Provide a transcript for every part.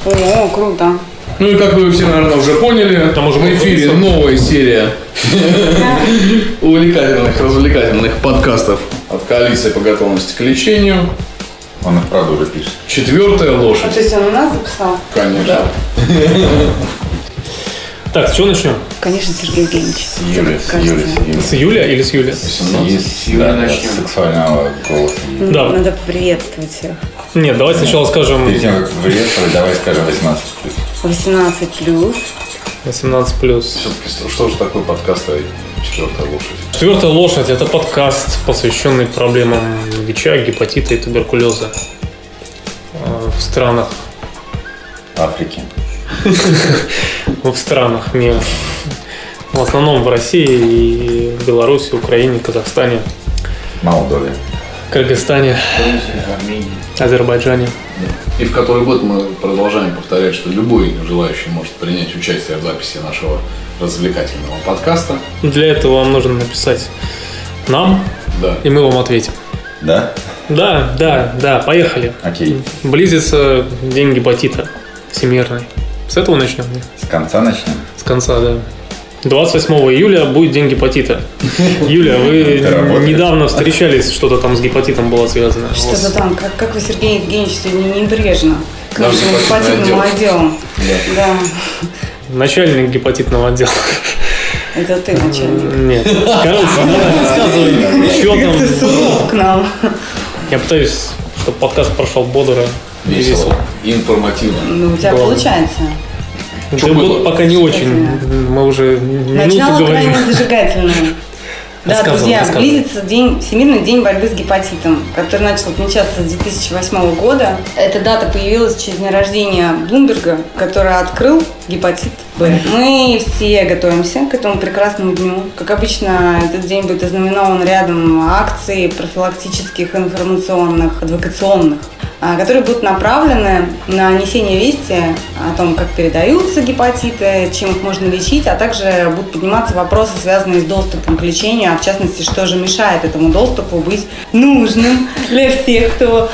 О, круто. Ну и как вы все, наверное, уже поняли, в эфире новая серия увлекательных, развлекательных подкастов от коалиции по готовности к лечению. Он их, правда, уже пишет. 4-я лошадь. А то есть он у нас записал? Конечно. Да. Так, с чего начнем? Конечно, Сергей Евгеньевич. С Юля или с Юли? С сексуального голоса. Да. Надо поприветствовать всех. Нет, давай сначала скажем... Перед тем, как приветствовать, давай скажем 18+. 18+. 18+. Все-таки, что же такое подкаст о 4-я лошадь? 4-я лошадь – это подкаст, посвященный проблемам ВИЧа, гепатита и туберкулеза в странах Африки. В странах мира. В основном в России, и Беларуси, Украине, Казахстане, Молдове, Кыргызстане, Азербайджане. И в который год мы продолжаем повторять, что любой желающий может принять участие в записи нашего развлекательного подкаста. Для этого вам нужно написать нам, Да. и мы вам ответим. Да? Да, поехали. Окей. Близится день гепатита всемирный. С этого начнем? С конца начнем? С конца, да. 28 июля будет день гепатита. Юля, вы недавно встречались, что-то там с гепатитом было связано. Что-то там, как вы, Сергей Евгеньевич, сегодня небрежно к Наш нашему гепатитному отделу. Да. Начальник гепатитного отдела. Это ты, начальник. Нет. Короче, рассказывай, что Ты там. суров к нам. Я пытаюсь, чтобы подкаст прошел бодро и Весело. весело. И информативно. Ну, у тебя Главное. получается. Да вот пока не очень. Мы уже минуту Начало говорим. крайне зажигательное. Да, Рассказывай, друзья, рассказывай. близится Всемирный день борьбы с гепатитом, который начал отмечаться с 2008 года. Эта дата появилась в честь дня рождения Блумберга, который открыл гепатит Б. Мы все готовимся к этому прекрасному дню. Как обычно, этот день будет ознаменован рядом акций профилактических, информационных, адвокационных, которые будут направлены на несение вести о том, как передаются гепатиты, чем их можно лечить, а также будут подниматься вопросы, связанные с доступом к лечению, а в частности, что же мешает этому доступу быть нужным для всех, кто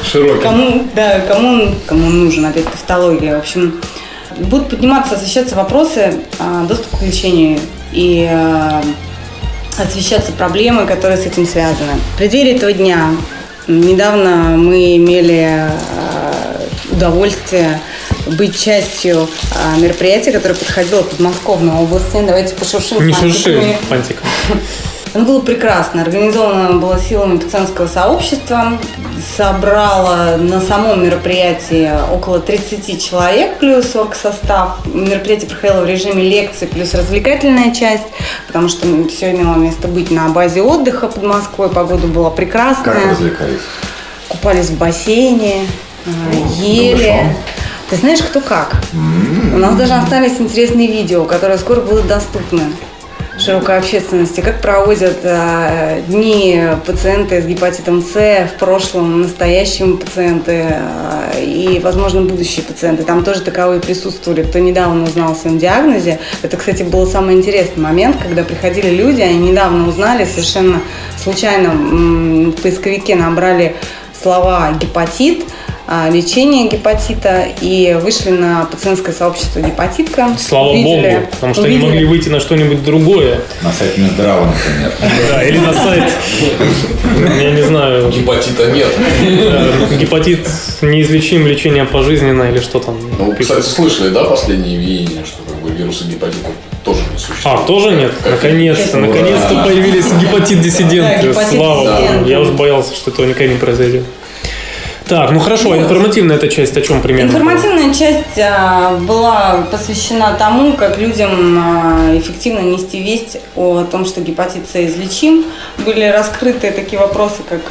кому нужен, опять тавтология. В общем, будут подниматься, освещаться вопросы доступа к лечению и освещаться проблемы, которые с этим связаны. В преддверии этого дня недавно мы имели удовольствие быть частью мероприятия, которое подходило в Подмосковной области. Давайте пошуршим. Не шурши фантиком. Оно было прекрасно. Организовано было силами пациентского сообщества. Собрало на самом мероприятии около 30 человек, плюс оргсостав. Мероприятие проходило в режиме лекций, плюс развлекательная часть, потому что все имело место быть на базе отдыха под Москвой. Погода была прекрасная. Как развлекались? Купались в бассейне, ели. Ты знаешь, кто как? У нас даже остались интересные видео, которые скоро будут доступны широкой общественности. Как проводят дни пациенты с гепатитом С в прошлом, настоящие пациенты и, возможно, будущие пациенты. Там тоже таковые присутствовали, кто недавно узнал о своем диагнозе. Это, кстати, был самый интересный момент, когда приходили люди, они недавно узнали, совершенно случайно в поисковике набрали слова «гепатит», лечение гепатита и вышли на пациентское сообщество «Гепатитка». Слава богу, потому что они могли выйти на что-нибудь другое. На сайт Минздрава, например. Да, или на сайт, я не знаю. Гепатита нет. Гепатит неизлечим, лечение пожизненно или что там. Ну, кстати, слышали, да, последние веяния, что как бы вируса гепатита тоже не существует. Тоже нет? Наконец-то появились гепатит-диссиденты. Да, Слава гепатит-диссиденты. богу. Я уж боялся, что этого никогда не произойдет. Так, ну хорошо, информативная эта часть о чем примерно? Информативная часть была посвящена тому, как людям эффективно нести весть о том, что гепатит С излечим. Были раскрыты такие вопросы, как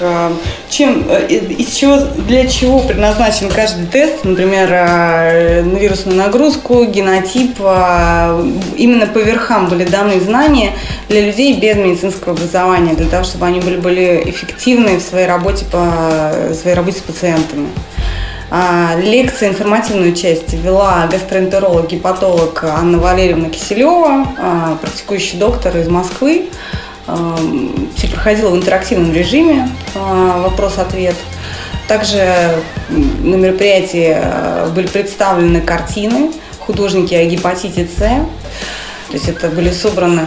для чего предназначен каждый тест, например, на вирусную нагрузку, генотип. Именно по верхам были даны знания для людей без медицинского образования, для того, чтобы они были более эффективны в своей работе с пациентами. Лекции, информативную часть вела гастроэнтеролог, гепатолог Анна Валерьевна Киселева, практикующий доктор из Москвы. Все проходило в интерактивном режиме, вопрос-ответ. Также на мероприятии были представлены картины художники о гепатите С. То есть это были собраны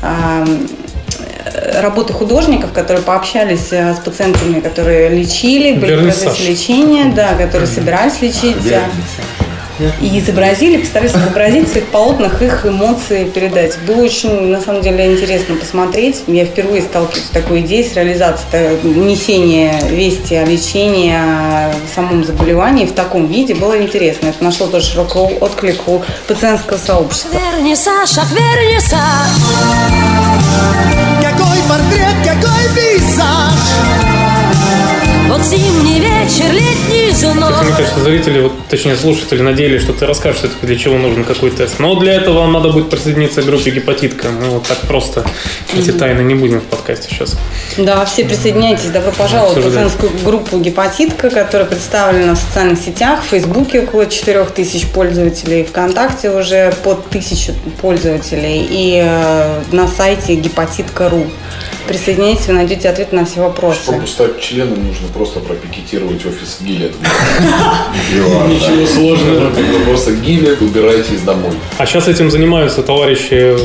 работы художников, которые пообщались с пациентами, которые лечили, были в процессе лечения, да, которые собирались лечиться. И изобразили, постарались изобразить в своих полотнах их эмоции, передать. Было очень, на самом деле, интересно посмотреть. Я впервые сталкиваюсь с такой идеей, с реализацией несения вести о лечении, о самом заболевании в таком виде. Было интересно. Это нашло тоже широкий отклик у пациентского сообщества. Какой портрет, какой пейзаж. Вот зимний вечер, летний зной. Мне кажется, зрители, точнее слушатели, надеялись, что ты расскажешь все-таки, для чего нужен какой тест. Но для этого вам надо будет присоединиться к группе «Гепатитка». Мы вот так просто эти тайны не будем в подкасте сейчас. Да, все присоединяйтесь. Добро пожаловать в пациентскую группу «Гепатитка», которая представлена в социальных сетях. В Фейсбуке около 4000 пользователей, ВКонтакте уже под 1000 пользователей и на сайте гепатитка.ру. Присоединяйтесь, вы найдете ответ на все вопросы. Чтобы стать членом, нужно просто пропикетировать офис Гиллет. Ничего сложного, просто Гиллет, убирайтесь домой. А сейчас этим занимаются товарищи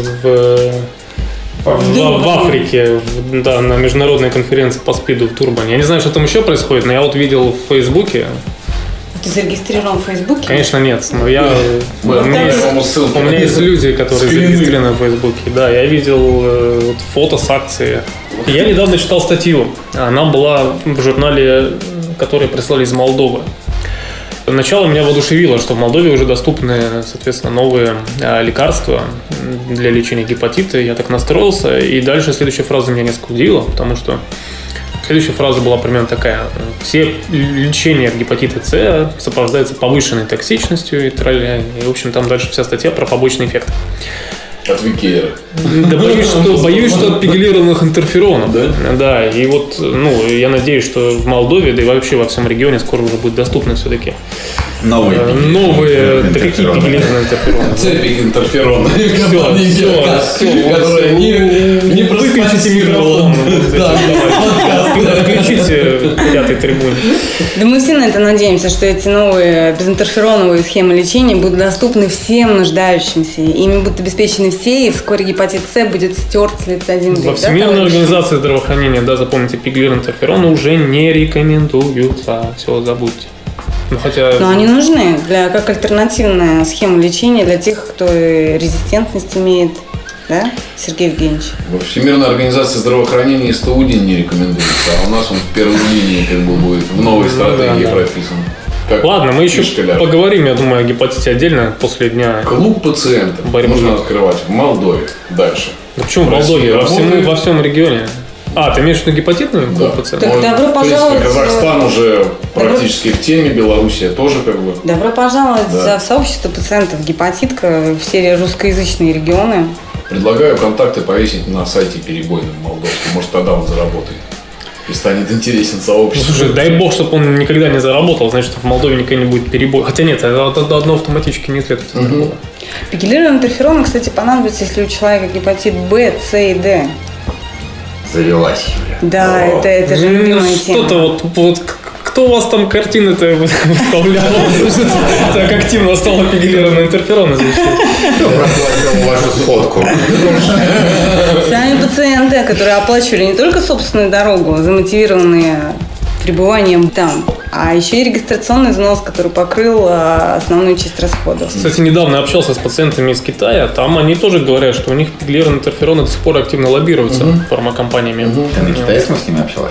в Африке, да, на международной конференции по СПИДу в Турбане. Я не знаю, что там еще происходит, но я вот видел в Фейсбуке. Ты зарегистрирован в Фейсбуке? Конечно, нет. Но у меня есть люди, которые зарегистрированы в Фейсбуке. Да, я видел фото с акции. Я недавно читал статью. Она была в журнале, который прислали из Молдовы. Начало меня воодушевило, что в Молдове уже доступны, соответственно, новые лекарства для лечения гепатита. Я так настроился. И дальше следующая фраза меня несколько удивила, потому что следующая фраза была примерно такая. Все лечения от гепатита С сопровождаются повышенной токсичностью и тролля. И, в общем, там дальше вся статья про побочный эффект. От Викера. Да боюсь, что от пегилированных интерферонов. Да, и вот, я надеюсь, что в Молдове, да и вообще во всем регионе скоро уже будет доступно все-таки новые, да какие пегилированные интерфероны? Цепик интерферона. Все. Не выключите микрофон. Включите пятый трибуне. Да мы все на это надеемся, что эти новые безинтерфероновые схемы лечения будут доступны всем нуждающимся. Ими будут обеспечены все, и вскоре гепатит С будет стерт с лица земли. Во Всемирной организации здравоохранения, да, запомните, пегилированные интерфероны уже не рекомендуются. Все, забудьте. Но они нужны как альтернативная схема лечения для тех, кто резистентность имеет. Да, Сергей Евгеньевич? Во Всемирной организации здравоохранения стаудин не рекомендуется, а у нас он в первой линии будет в новой стратегии прописан. Ладно, мы еще поговорим, я думаю, о гепатите отдельно после дня. Клуб пациентов нужно открывать в Молдове дальше. Да почему в Молдове? Во всем регионе. Ты имеешь в виду гепатитный клуб пациентов? Так добро пожаловать. Казахстан уже практически в теме, Белоруссия тоже Добро пожаловать в сообщество пациентов гепатитка в все русскоязычные регионы. Предлагаю контакты повесить на сайте перебойном молдовском. Может, тогда он заработает и станет интересен сообществу. Слушай, дай бог, чтобы он никогда не заработал, значит, в Молдове никогда не будет перебой. Хотя нет, это одно автоматически не следует. Пегилированные интерфероны, кстати, понадобятся, если у человека гепатит Б, С и Д. Завелась, Юля. Да, это же любимая тема. Что-то вот кто у вас там картины-то выставлял? Так активно стало пегилированные интерфероны. Кто проплатил вашу сходку? Сами пациенты, которые оплачивали не только собственную дорогу, замотивированные пребыванием там, а еще и регистрационный взнос, который покрыл основную часть расходов. Кстати, недавно общался с пациентами из Китая. Там они тоже говорят, что у них пегилированные интерфероны до сих пор активно лоббируются фармакомпаниями. Ты на китайском с ними общалась?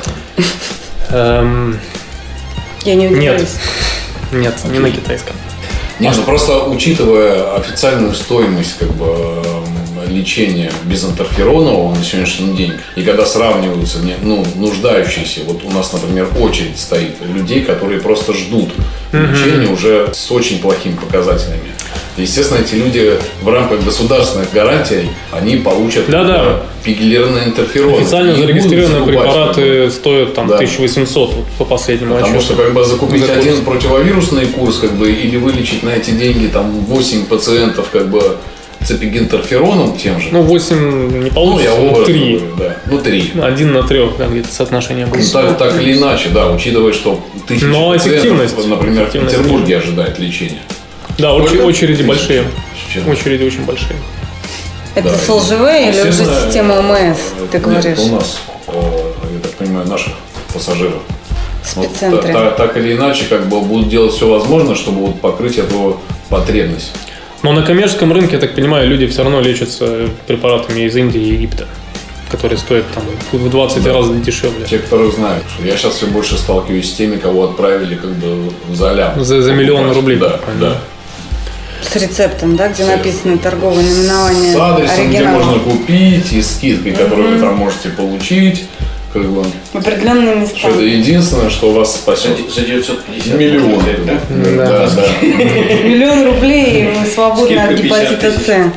Я не удивляюсь. Нет, не на китайском. Нет, просто учитывая официальную стоимость лечения безинтерферонового на сегодняшний день, и когда сравниваются нуждающиеся, вот у нас, например, очередь стоит людей, которые просто ждут лечения уже с очень плохими показателями. Естественно, эти люди в рамках государственных гарантий, они получат пегилированные интерфероны. Официально зарегистрированные препараты стоят 1800 по последнему отчету. Потому что закупить один противовирусный курс или вылечить на эти деньги 8 пациентов цепигинтерфероном тем же. 8 не получится, 3. Да. 3. 1 на 3, да, где-то соотношение будет. Так или иначе, да, учитывая, что тысячи пациентов, например, в Петербурге ожидает лечения. Да, очереди большие. Очереди очень большие. Это с ЛЖВ или уже система ОМС, ты говоришь? Нет, у нас, я так понимаю, наших пассажиров. Спеццентры. Так или иначе, будут делать все возможное, чтобы покрыть эту потребность. Но на коммерческом рынке, я так понимаю, люди все равно лечатся препаратами из Индии и Египта, которые стоят там в 20 раз дешевле. Те, которые знают. Я сейчас все больше сталкиваюсь с теми, кого отправили за лям. За миллион рублей. Да. С рецептом, да, где написаны торговые наименования. С адресом, где можно купить, и скидкой, которую вы там можете получить. Определенные места. Что это единственное, что вас спасет. За 950 миллион. Да. Миллион рублей, и мы свободны от гепатита С.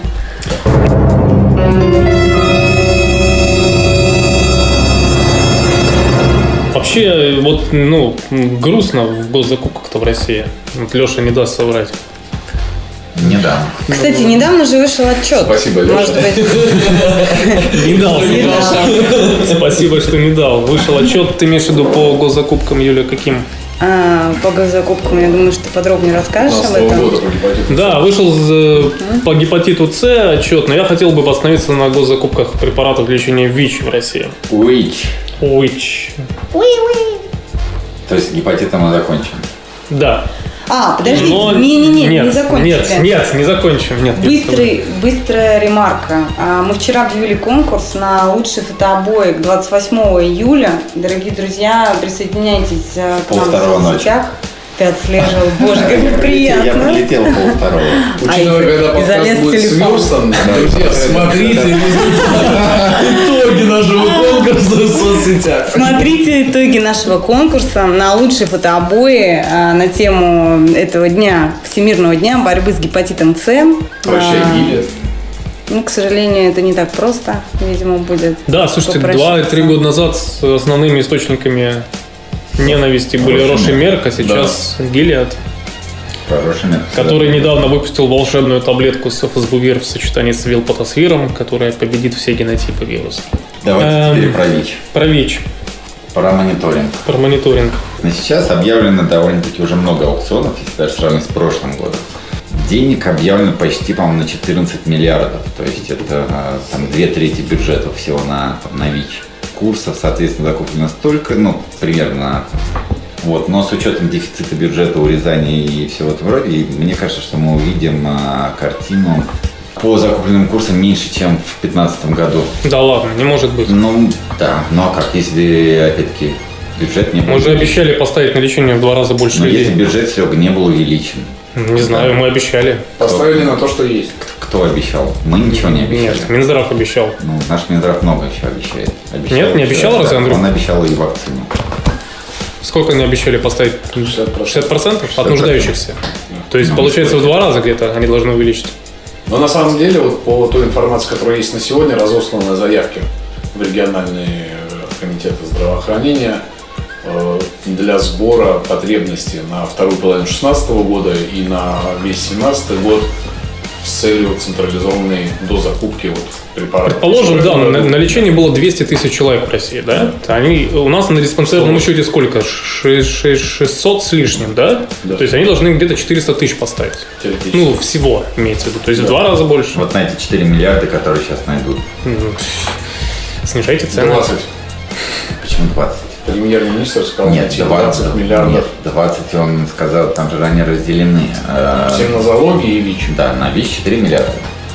Вообще, грустно в госзакупках-то в России. Леша не даст соврать. Недавно. Кстати, недавно же вышел отчет. Спасибо, Леша. Может быть... Не дал. Спасибо, что не дал. Вышел отчет, ты имеешь в виду по госзакупкам, Юля, каким? По госзакупкам, я думаю, что ты подробнее расскажешь об этом. Да, вышел по гепатиту С отчет, но я хотел бы остановиться на госзакупках препаратов для лечения ВИЧ в России. ВИЧ. То есть гепатитом мы закончим? Да. Подожди, не закончили. Нет, не закончим. Нет, быстрая ремарка. Мы вчера объявили конкурс на лучшие фотообои к 28 июля. Дорогие друзья, присоединяйтесь к нам в соцсетях. Ты отслеживал. Боже, как приятно. Я прилетел 2:30. Учитывая, когда подкаст будет сверстан, друзья, смотрите итоги нашего конкурса в соцсетях. Смотрите итоги нашего конкурса на лучшие фотообои на тему этого дня, Всемирного дня борьбы с гепатитом С. Прощай, Гилет. К сожалению, это не так просто, видимо, будет. Да, слушайте, 2-3 года назад с основными источниками ненависти были Roche и Merck, а сейчас Gilead, который недавно выпустил волшебную таблетку с ФСБУВИР в сочетании с вилпатосвиром, которая победит все генотипы вируса. Давайте теперь про ВИЧ. Про ВИЧ. Про мониторинг. Про мониторинг. Но сейчас объявлено довольно-таки уже много аукционов, если даже сравнить с прошлым годом. Денег объявлено почти, по-моему, на 14 миллиардов. То есть это там 2/3 бюджета всего на ВИЧ. Курсов, соответственно, закуплено столько, примерно. Но с учетом дефицита бюджета, урезания и всего этого рода, мне кажется, что мы увидим картину по закупленным курсам меньше, чем в 2015 году. Да ладно, не может быть. Да. А как, если, опять-таки, бюджет не был? Мы же обещали поставить на лечение в 2 раза больше людей. Если бюджет, Серега, не был увеличен. Не знаю, мы обещали. Поставили на то, что есть. Кто обещал? Мы ничего не обещали. Нет, Минздрав обещал. Наш Минздрав много еще обещает. Нет, не обещал, разве, Андрей? Он обещал и вакцину. Сколько они обещали поставить? 60% от нуждающихся. То есть, получается, в 2 раза где-то они должны увеличить. Но на самом деле, по той информации, которая есть на сегодня, разосланы заявки в региональные комитеты здравоохранения для сбора потребностей на вторую половину 2016 года и на весь 2017 год с целью централизованной дозакупки препаратов. Предположим, да, на лечении было 200 тысяч человек в России, да? У нас на диспансерном учете сколько? 600 с лишним, да? То есть они должны где-то 400 тысяч поставить. Всего имеется в виду. То есть в 2 раза больше. Вот на эти 4 миллиарда, которые сейчас найдут. Снижайте цены. 20. Почему 20? Премьер-министр сказал, нет, 20 миллиардов. Нет, 20 он сказал, там же они разделены. Всем на залоги и ВИЧ. Да, на ВИЧ 4 миллиарда.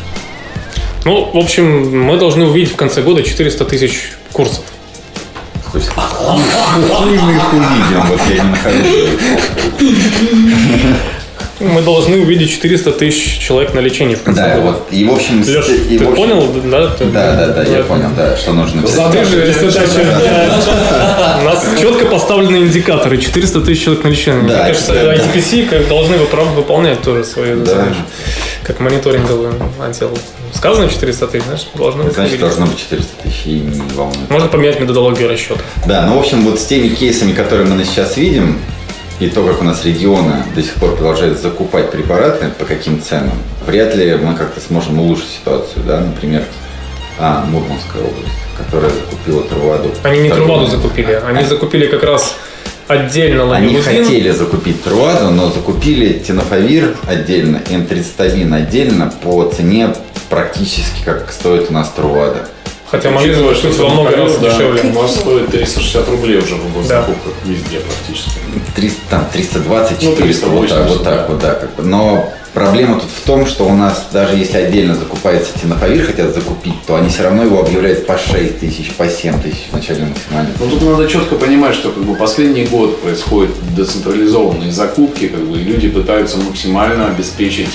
В общем, мы должны увидеть в конце года 400 тысяч курсов. Хуй мы их увидим, я не нахожусь. Мы должны увидеть 400 тысяч человек на лечении в конце года. И в общем... Леш, ты понял, да? Да, я понял, что нужно. У нас четко поставлены индикаторы. 400 тысяч человек на лечении. Мне кажется, ITPC должны выполнять тоже свои задачи. Как мониторинговый отдел. Сказано 400 тысяч, должно быть. Значит, должно быть 400 тысяч, и не волнует. Можно поменять методологию расчета. Да, в общем, с теми кейсами, которые мы сейчас видим, и то, как у нас регионы до сих пор продолжают закупать препараты, по каким ценам, вряд ли мы как-то сможем улучшить ситуацию, да, например, Мурманская область, которая закупила Труваду. Они не Труваду закупили, они закупили как раз отдельно ламивудин. Они хотели закупить Труваду, но закупили тенофовир отдельно, эмтрицетамин отдельно по цене практически как стоит у нас Трувада. Хотя могли закупить во много раз дешевле. У нас стоит 360 рублей уже в госзакупках везде практически. 320, 400, 380, вот так, как бы. Но проблема тут в том, что у нас даже если отдельно закупается тенофовир, хотят закупить, то они все равно его объявляют по 6 тысяч, по 7 тысяч в начале максимально. Ну тут надо четко понимать, что как бы последний год происходят децентрализованные закупки, как бы, и люди пытаются максимально обеспечить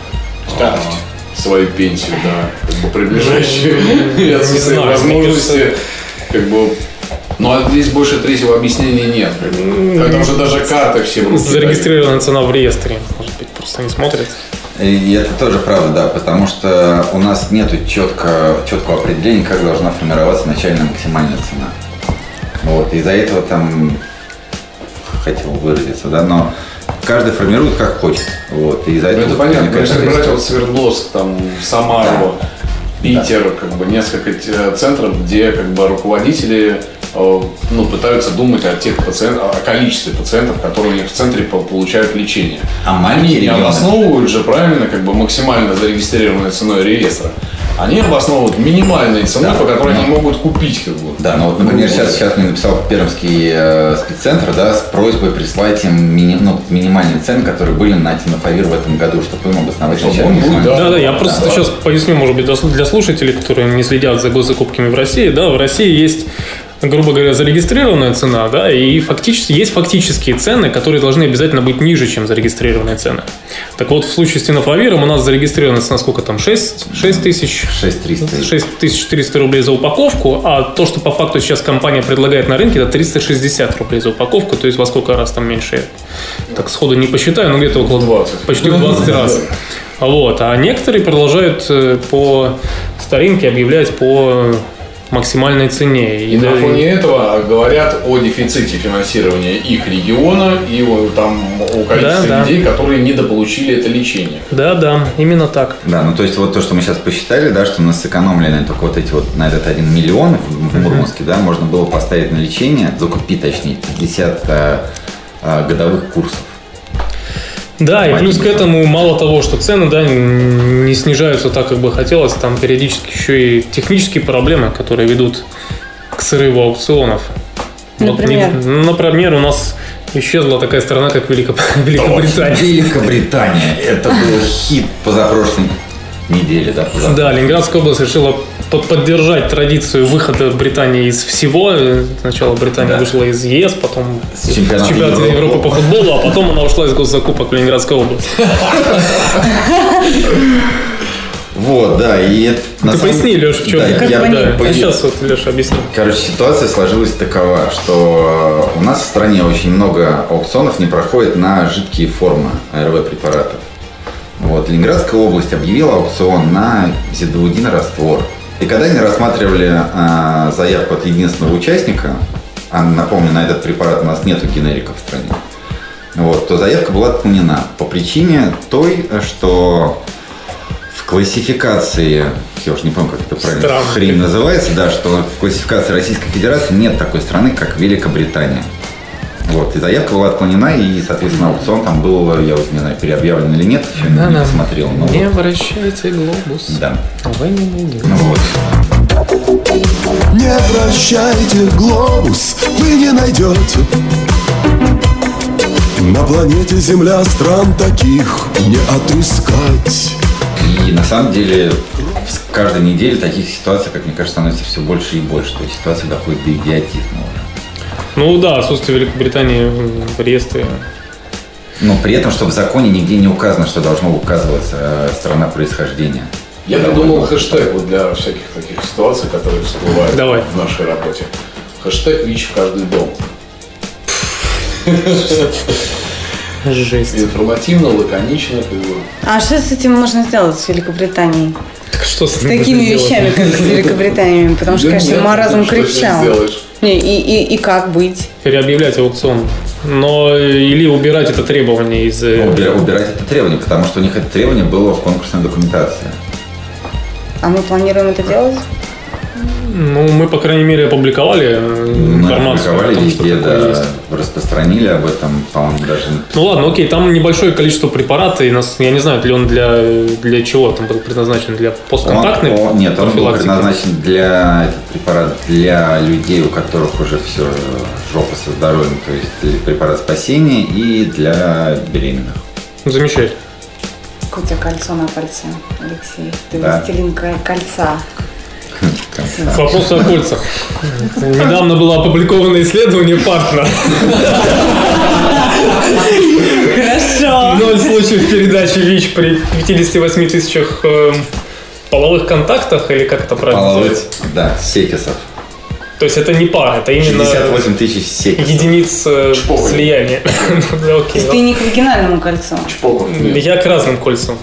свою пенсию, да, как бы приближающую отсутствие возможности, как бы. Ну а здесь больше третьего объяснения нет. Когда уже даже карты все в руки. Зарегистрированная цена в реестре, может быть, просто не смотрят. И это тоже правда, да, потому что у нас нет четкого определения, как должна формироваться начальная максимальная цена. Вот, из-за этого там хотел выразиться, да, но каждый формирует как хочет. Вот, и из-за этого это понятно, если брать вот Свердловск, там, Самару, да. Питер, как бы несколько центров, где как бы руководители пытаются думать о тех пациентах, о количестве пациентов, которые у них в центре получают лечение. Они не обосновывают же правильно как бы максимально зарегистрированной ценой реестра. Они обосновывают минимальные цены, по которой они могут купить. Как бы. Да, ну вот, например, сейчас мне написал Пермский спеццентр, да, с просьбой прислать им минимальные цены, которые были на тенофовир в этом году, чтобы им обосновать начальную. Да, я просто сейчас поясню, может быть, для слушателей, которые не следят за госзакупками в России. Да, в России есть, грубо говоря, зарегистрированная цена, да, и есть фактические цены, которые должны обязательно быть ниже, чем зарегистрированные цены. Так вот, в случае с тенофовиром у нас зарегистрирована цена сколько там? 6300 рублей за упаковку, а то, что по факту сейчас компания предлагает на рынке, это 360 рублей за упаковку, то есть во сколько раз там меньше, так сходу не посчитаю, но где-то около 20. Почти в 20 раз. Вот. А некоторые продолжают по старинке объявлять по максимальной цене. И на фоне этого говорят о дефиците финансирования их региона и о количестве людей, которые недополучили это лечение. Да, именно так. Да, ну то есть вот то, что мы сейчас посчитали, да, что у нас сэкономлены только вот эти вот на этот 1 миллион в Мурманске, да, можно было поставить на лечение, закупить точнее 50 годовых курсов. Да, и плюс к этому мало того, что цены, да, не снижаются так, как бы хотелось, там периодически еще и технические проблемы, которые ведут к срыву аукционов. Например? Вот, например, у нас исчезла такая страна, как Великобритания. Великобритания. Это был хит позапрошлой недели, да? Да, Ленинградская область решила поддержать традицию выхода Британии из всего. Сначала Британия вышла из ЕС, потом чемпионата Европы по футболу, а потом она ушла из госзакупок в Ленинградской области. Вот, да, и это... Ты поясни, Леш, в чем? Да, сейчас вот Леша объясню. Короче, ситуация сложилась такова, что у нас в стране очень много аукционов не проходит на жидкие формы АРВ-препаратов. Вот, Ленинградская область объявила аукцион на зидовудин раствор. И когда они рассматривали заявку от единственного участника, напомню, на этот препарат у нас нету генериков в стране, вот, то заявка была отклонена по причине той, что в классификации, я уже не помню, как это правильно хрень называется, да, что в классификации Российской Федерации нет такой страны, как Великобритания. Вот, и заявка была отклонена, и, соответственно, аукцион там был, я вот не знаю, переобъявлен или нет, еще не посмотрел. Но не вращайте глобус. Да. Вы не найдете. Вот. Не вращайте глобус, вы не найдете. На планете Земля стран таких не отыскать. И на самом деле с каждой неделей таких ситуаций, как мне кажется, становится все больше и больше. То есть ситуация доходит до идиотизма уже. Ну да, отсутствие Великобритании в реестре. Но при этом, что в законе нигде не указано, что должно указываться страна происхождения. Я придумал хэштег вот для всяких таких ситуаций, которые всплывают в нашей работе. Хэштег ВИЧ в каждый дом. Жесть. Информативно, лаконично. А что с этим можно сделать с Великобританией? Так что с такими вещами, как с Великобританией? Потому что, конечно, маразм кричал. Не, и как быть? Переобъявлять аукцион. Но или убирать это требование из... Убирать это требование, потому что у них это требование было в конкурсной документации. А мы планируем это делать? Ну, мы, по крайней мере, опубликовали информацию. Мы опубликовали о том, везде, что такое есть. распространили об этом, по-моему, даже... Ну ладно, окей, там небольшое количество препаратов, и я не знаю, ли он для чего там был предназначен, для постконтактной Нет, он был предназначен этот препарат для людей, у которых уже все жопа со здоровьем, то есть препарат спасения и для беременных. Замечательно. Какое у тебя кольцо на пальце, Алексей? Ты властелин кольца. Вопрос о кольцах. Недавно было опубликовано исследование партнера. Хорошо. 0 случаев передачи ВИЧ при 58 тысячах половых контактах, или как это правильно называется? Да, секисов. То есть это не пара, это именно 68 тысяч секисов. единиц слияния. То есть ты не к вагинальному кольцу? Я к разным кольцам.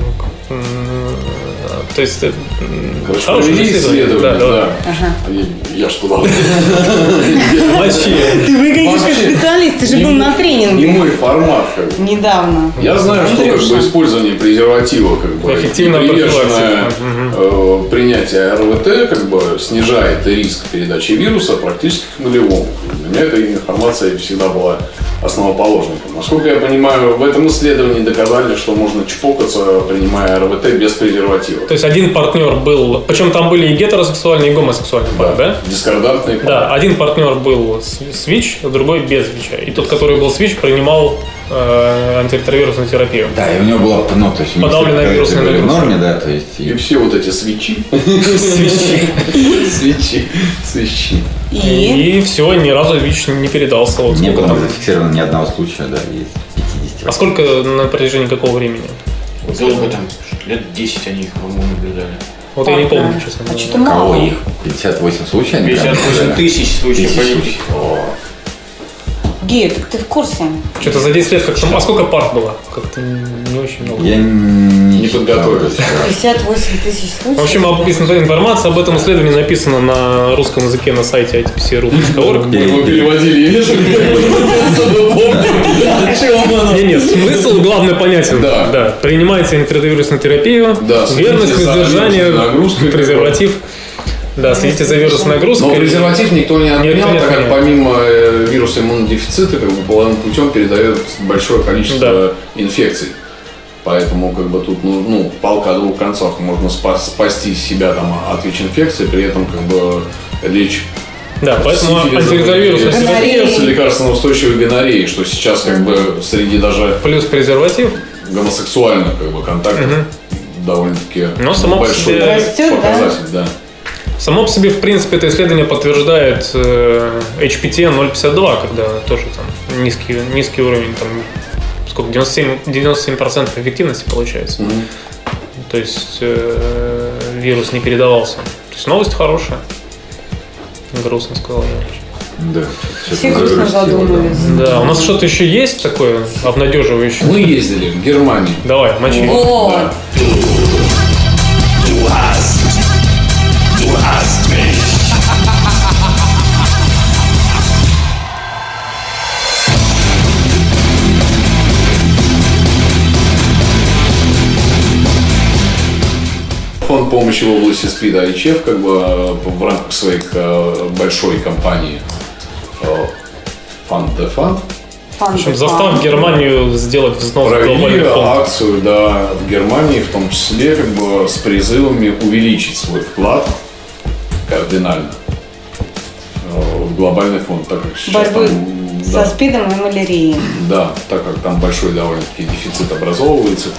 То есть хорошее исследование, да. Я что дал? Мочи. Ты выглядишь как специалист, ты же был на тренинге. Не мой формат, Недавно. Я знаю, что использование презерватива, эффективное приверженное принятие РВТ, снижает риск передачи вируса практически к нулевому. Для меня эта информация всегда была основоположником. Насколько я понимаю, в этом исследовании доказали, что можно чпокаться, принимая РВТ без презерватива. То есть один партнер был, причем там были и гетеросексуальные, и гомосексуальные пары, да? Дискордантные пары. Да, один партнер был с ВИЧ, а другой без ВИЧа. И тот, который был с ВИЧ, принимал антиретровирусную терапию. Да, и у него была, то есть у них подавленная вирусная нагрузка. В норме, да, то есть... И все вот эти свечи. Свечи. И все, ни разу ВИЧ не передался. Вот не было зафиксировано ни одного случая, да, из 50. А сколько на протяжении какого времени? Дело в этом, лет 10 они их, по-моему, наблюдали. Вот я не помню, честно. А что-то мало их. 58 случаев? 58 тысяч случаев. Гея, так ты в курсе? Что-то за 10 лет как-то... А сколько пар было? Как-то не очень много. Я не подготовился. 58 тысяч случаев. В общем, информация об этом исследовании написана на русском языке на сайте itpc.ru.org. Мы его переводили, и вижу, Нет, смысл главное понятен. Да. Принимайте антиретровирусную терапию, верность воздержания, презерватив. Да, следите за вирусной нагрузкой. Но презерватив никто не отменял, так как помимо вируса иммунодефицита, половым путем передает большое количество инфекций. Поэтому тут палка о двух концах. Можно спасти себя от ВИЧ-инфекции, при этом лечь. Да, поэтому антиретровирусная терапия с лекарственно-устойчивой гонореей, что сейчас среди даже плюс презерватив гомосексуальных контактов довольно-таки большой показатель, да. Само по себе, в принципе, это исследование подтверждает HPT 0,52, когда тоже там низкий уровень, там, сколько, 97% эффективности получается. То есть вирус не передавался. То есть новость хорошая. Грустно сказал я. Да. Все грустно задумались. Да, у нас что-то еще есть такое обнадеживающее? Мы ездили в Германию. Давай, мочи. Вот. Да. Фонд помощи в области СПИДа ИЧФ в рамках своей большой кампании Fund the Fund. В общем, заставь Германию сделать взнос в глобальный фонд. Провели акцию, в Германии, в том числе, с призывами увеличить свой вклад кардинально в глобальный фонд, так как сейчас борьбы со СПИДом и малярией. Да, так как там большой довольно-таки дефицит образовывается,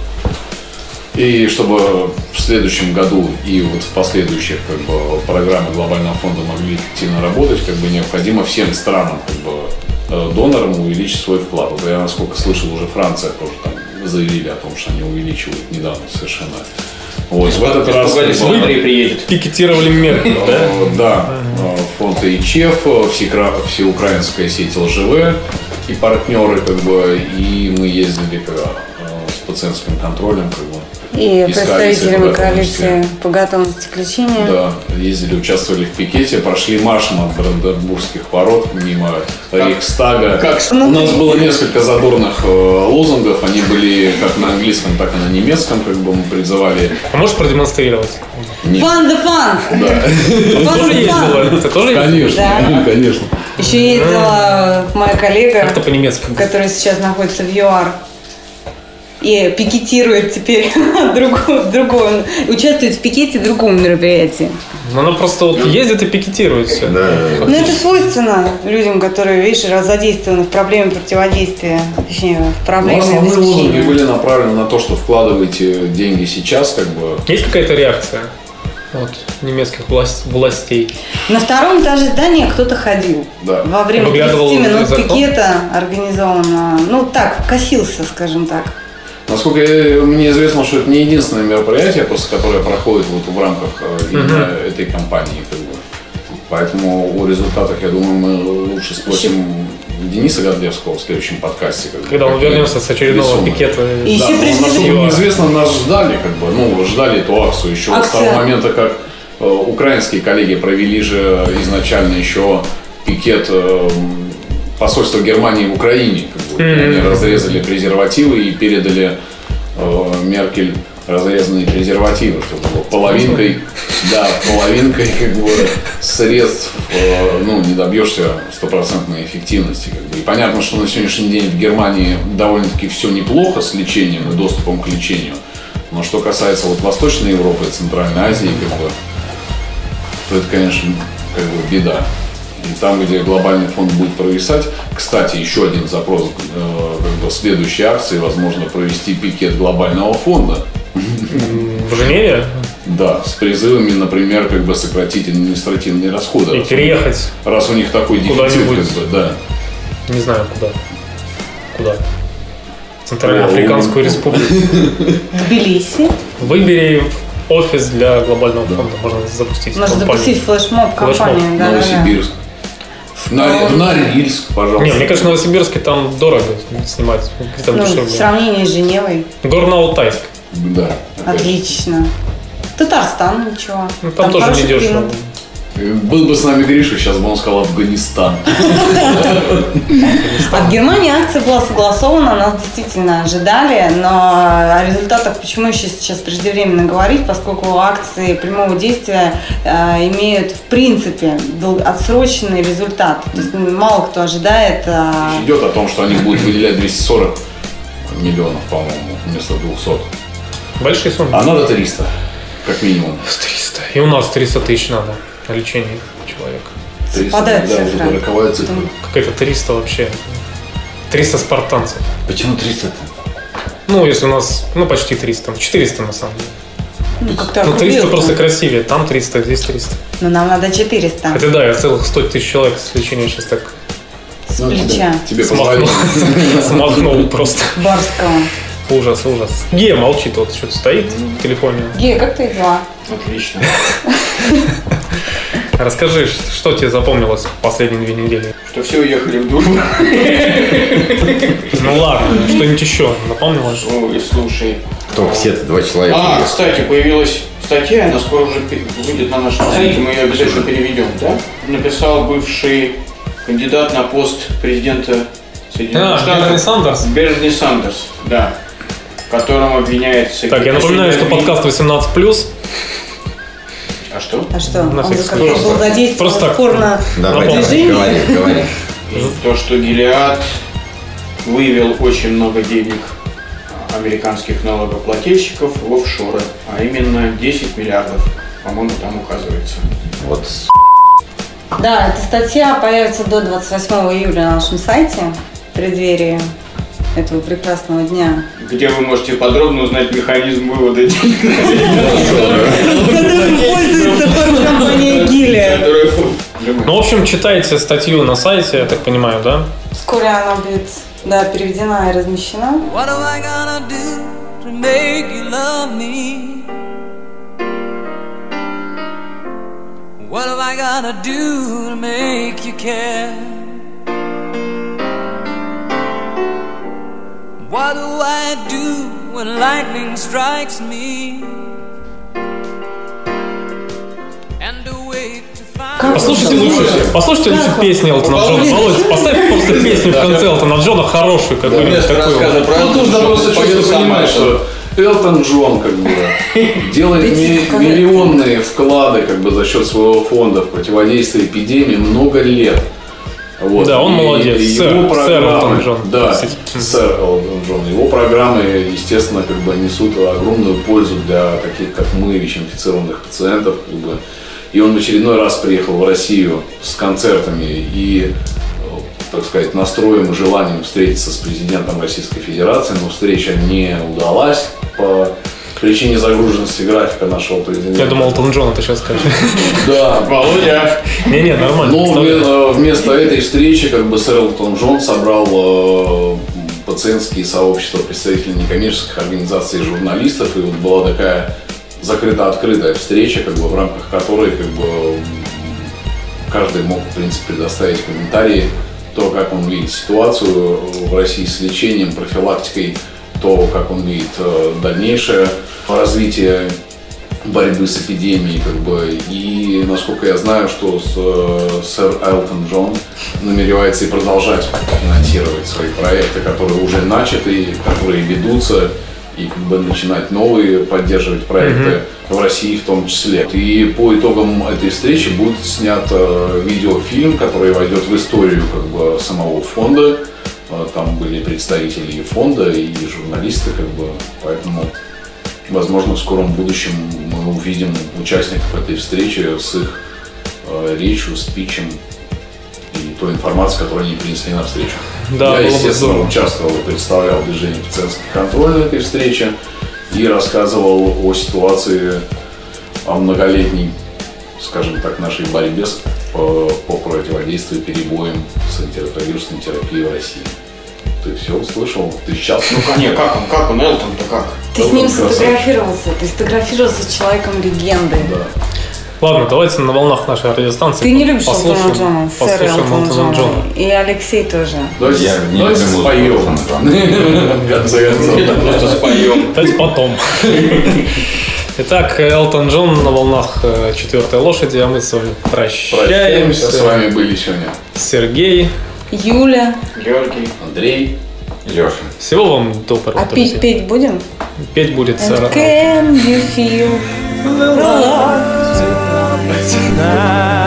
и чтобы в следующем году и в последующих программы глобального фонда могли эффективно работать, необходимо всем странам донорам увеличить свой вклад. Я, насколько слышал, уже Франция тоже там заявили о том, что они увеличивают недавно совершенно. Вот, в этот раз приедет. Пикетировали Меркель, да? Да, фонд ИЧФ, всеукраинская сеть ЛЖВ и партнеры, и мы ездили с пациентским контролем, И представителями коалиции по готовности к лечению. Да, ездили, участвовали в пикете, прошли маршем от Бранденбургских ворот мимо Рейхстага. У нас было несколько задорных лозунгов, они были как на английском, так и на немецком, как бы мы призывали. А можешь продемонстрировать? Fun the fun! Да. Ты тоже ездила? Ты тоже ездила? Конечно, Да. конечно. Еще ездила моя коллега, Как-то по-немецки. которая сейчас находится в ЮАР. И пикетирует теперь другого, участвует в пикете другого мероприятия. Она просто вот ездит и пикетирует все. Но это свойственно людям, которые, видишь, задействованы в проблеме противодействия, точнее, в проблеме Основные лозунги обеспечения. были направлены на то, что вкладываете деньги сейчас, как бы. Есть какая-то реакция от немецких властей? На втором этаже здания кто-то ходил. Да. Во время Выглядывал 30 минут из окна? пикета организованно. Ну так, косился, скажем так. Насколько мне известно, что это не единственное мероприятие, просто которое проходит вот в рамках именно этой кампании. Как бы. Поэтому о результатах, я думаю, мы лучше спросим Дениса Годлевского в следующем подкасте. Как бы, Когда мы вернемся с очередного весомые. пикета. И Да, еще но, прежде насколько всего- мне известно, нас ждали, как бы, ну, ждали эту акцию еще с того момента, как украинские коллеги провели же изначально еще пикет посольства Германии в Украине. Как бы. Они разрезали презервативы и передали Меркель разрезанные презервативы, чтобы было половинкой как бы средств, ну, не добьешься стопроцентной эффективности. Как бы. И понятно, что на сегодняшний день в Германии довольно-таки все неплохо с лечением и доступом к лечению. Но что касается вот Восточной Европы и Центральной Азии, как бы, то это, конечно, как бы беда. И там, где глобальный фонд будет провисать, кстати, еще один запрос как бы, следующей акции, возможно, провести пикет глобального фонда. В Женеве? Да, с призывами, например, как бы сократить административные расходы. И переехать Раз у них такой дефицит, куда-нибудь. как бы, да. не знаю куда. Куда? В Центральноафриканскую республику. Тбилиси. Выбери офис для глобального фонда. Можно запустить Можно компанию. запустить флешмоб компанию. Да, Новосибирск. В Норильск, пожалуйста. Не, мне кажется, в Новосибирске там дорого снимать. Где там Ну, в дешевле? сравнении с Женевой. Горно-Алтайск. Да. Отлично. Татарстан, ничего. Ну, там тоже хороший не дешево. климат. Был бы с нами Гриша, сейчас бы он сказал Афганистан. А в Германии акция была согласована, нас действительно ожидали, но о результатах почему еще сейчас преждевременно говорить, поскольку акции прямого действия имеют в принципе отсроченный результат. То есть мало кто ожидает. Идет о том, что они будут выделять 240 миллионов, по-моему, вместо 200. Большие суммы. А надо 300, как минимум. 300. И у нас 300 тысяч надо на лечение человека. 300, Совпадает да, цифра. уже роковая цифра. Какая-то 300 вообще. 300 спартанцев. Почему 300-то? Ну, если у нас, ну, почти 300. 400 на самом деле. Ну, как-то Ну, 300 округлил. просто красивее. Там 300, здесь 300. Но нам надо 400 Хотя да, я целых 100 тысяч человек с лечения сейчас так с Ну, плеча тебе смахнул. позвонили. Смахнул просто. Барского. Ужас, ужас. Гея молчит, вот что-то стоит в телефоне. Гея, как твои дела? Отлично. Расскажи, что тебе запомнилось последние 2 недели? Что все уехали в Дубну. Ну ладно, что-нибудь еще напомнилось? Ой, слушай. Кто все-то 2 человека? уехали. Кстати, появилась статья, она скоро уже выйдет на нашем сайте, мы ее обязательно переведем, да? Написал бывший кандидат на пост президента Соединенных Берни Сандерс? Берни Сандерс, да. В котором обвиняется... Так, я напоминаю, что подкаст 18+. А что? А что? На Он всякий как-то случай. был задействован Просто так. в порно Давай, движении. говори. То, что Гилеад вывел очень много денег американских налогоплательщиков в офшоры, а именно 10 миллиардов, по-моему, там указывается. Вот Да, эта статья появится до 28 июля на нашем сайте в преддверии этого прекрасного дня. Где вы можете подробно узнать механизм вывода денег. Которым пользуется фармкомпания Гилеад. Ну, в общем, читайте статью на сайте, я так понимаю, да? Вскоре она будет, да, переведена и размещена. What am I gonna do to make you love me? What am I gonna do to make you care? What do I do when lightning strikes me. And awake to find. Послушайте лучше песни Элтона Джона. Володь, поставь просто песню в конце Элтона Джона хорошую, какую-нибудь такую. Тут нужно просто четко понимать, что Элтон Джон как бы делает миллионные вклады как бы за счет своего фонда в противодействие эпидемии много лет. Вот. Да, он молодец. Сэр Элтон Джон. Да, сэр Элтон Джон. Его программы, естественно, как бы несут огромную пользу для таких, как мы, ВИЧ-инфицированных пациентов. Как бы. И он в очередной раз приехал в Россию с концертами и, так сказать, настроем и желанием встретиться с президентом Российской Федерации, но встреча не удалась по причине загруженности графика нашего президента. Я думал, Элтон Джон это сейчас скажет. Да, Володя. Не, нормально. Но вместо этой встречи как бы сэр Элтон Джон собрал пациентские сообщества, представителей некоммерческих организаций и журналистов, и вот была такая закрыто-открытая встреча, как бы, в рамках которой как бы каждый мог, в принципе, предоставить комментарии, то, как он видит ситуацию в России с лечением, профилактикой, то, как он видит дальнейшее развитие борьбы с эпидемией, как бы, и насколько я знаю, что сэр Элтон Джон намеревается и продолжать финансировать свои проекты, которые уже начаты, которые ведутся, и как бы начинать новые, поддерживать проекты в России в том числе. И по итогам этой встречи будет снят видеофильм, который войдет в историю как бы самого фонда. Там были представители и фонда, и журналисты, как бы, поэтому, возможно, в скором будущем мы увидим участников этой встречи с их речью, спичем и той информацией, которую они принесли на встречу. Да, я, естественно, участвовал и представлял движение пациентский контроль на этой встрече и рассказывал о ситуации, о многолетней, скажем так, нашей борьбе по противодействию перебоям с антиретровирусной терапией в России. Ты все услышал? Ты сейчас? Ну, не, как он, Элтон-то как? Ты с ним сфотографировался, ты сфотографировался с человеком-легендой. Да. Ладно, давайте на волнах нашей радиостанции. Ты не любишь Элтона Джона, сэра Элтона Джона. И Алексей тоже. Давайте споем. В конце концов. Просто споем. Давайте потом. Итак, Элтон Джон на волнах «Четвертой лошади», а мы с вами прощаемся. С вами были сегодня Сергей, Юля, Георгий, Андрей, Леша. Всего вам доброго. а петь будем? Петь будет сэра. Can you feel the love? Tonight.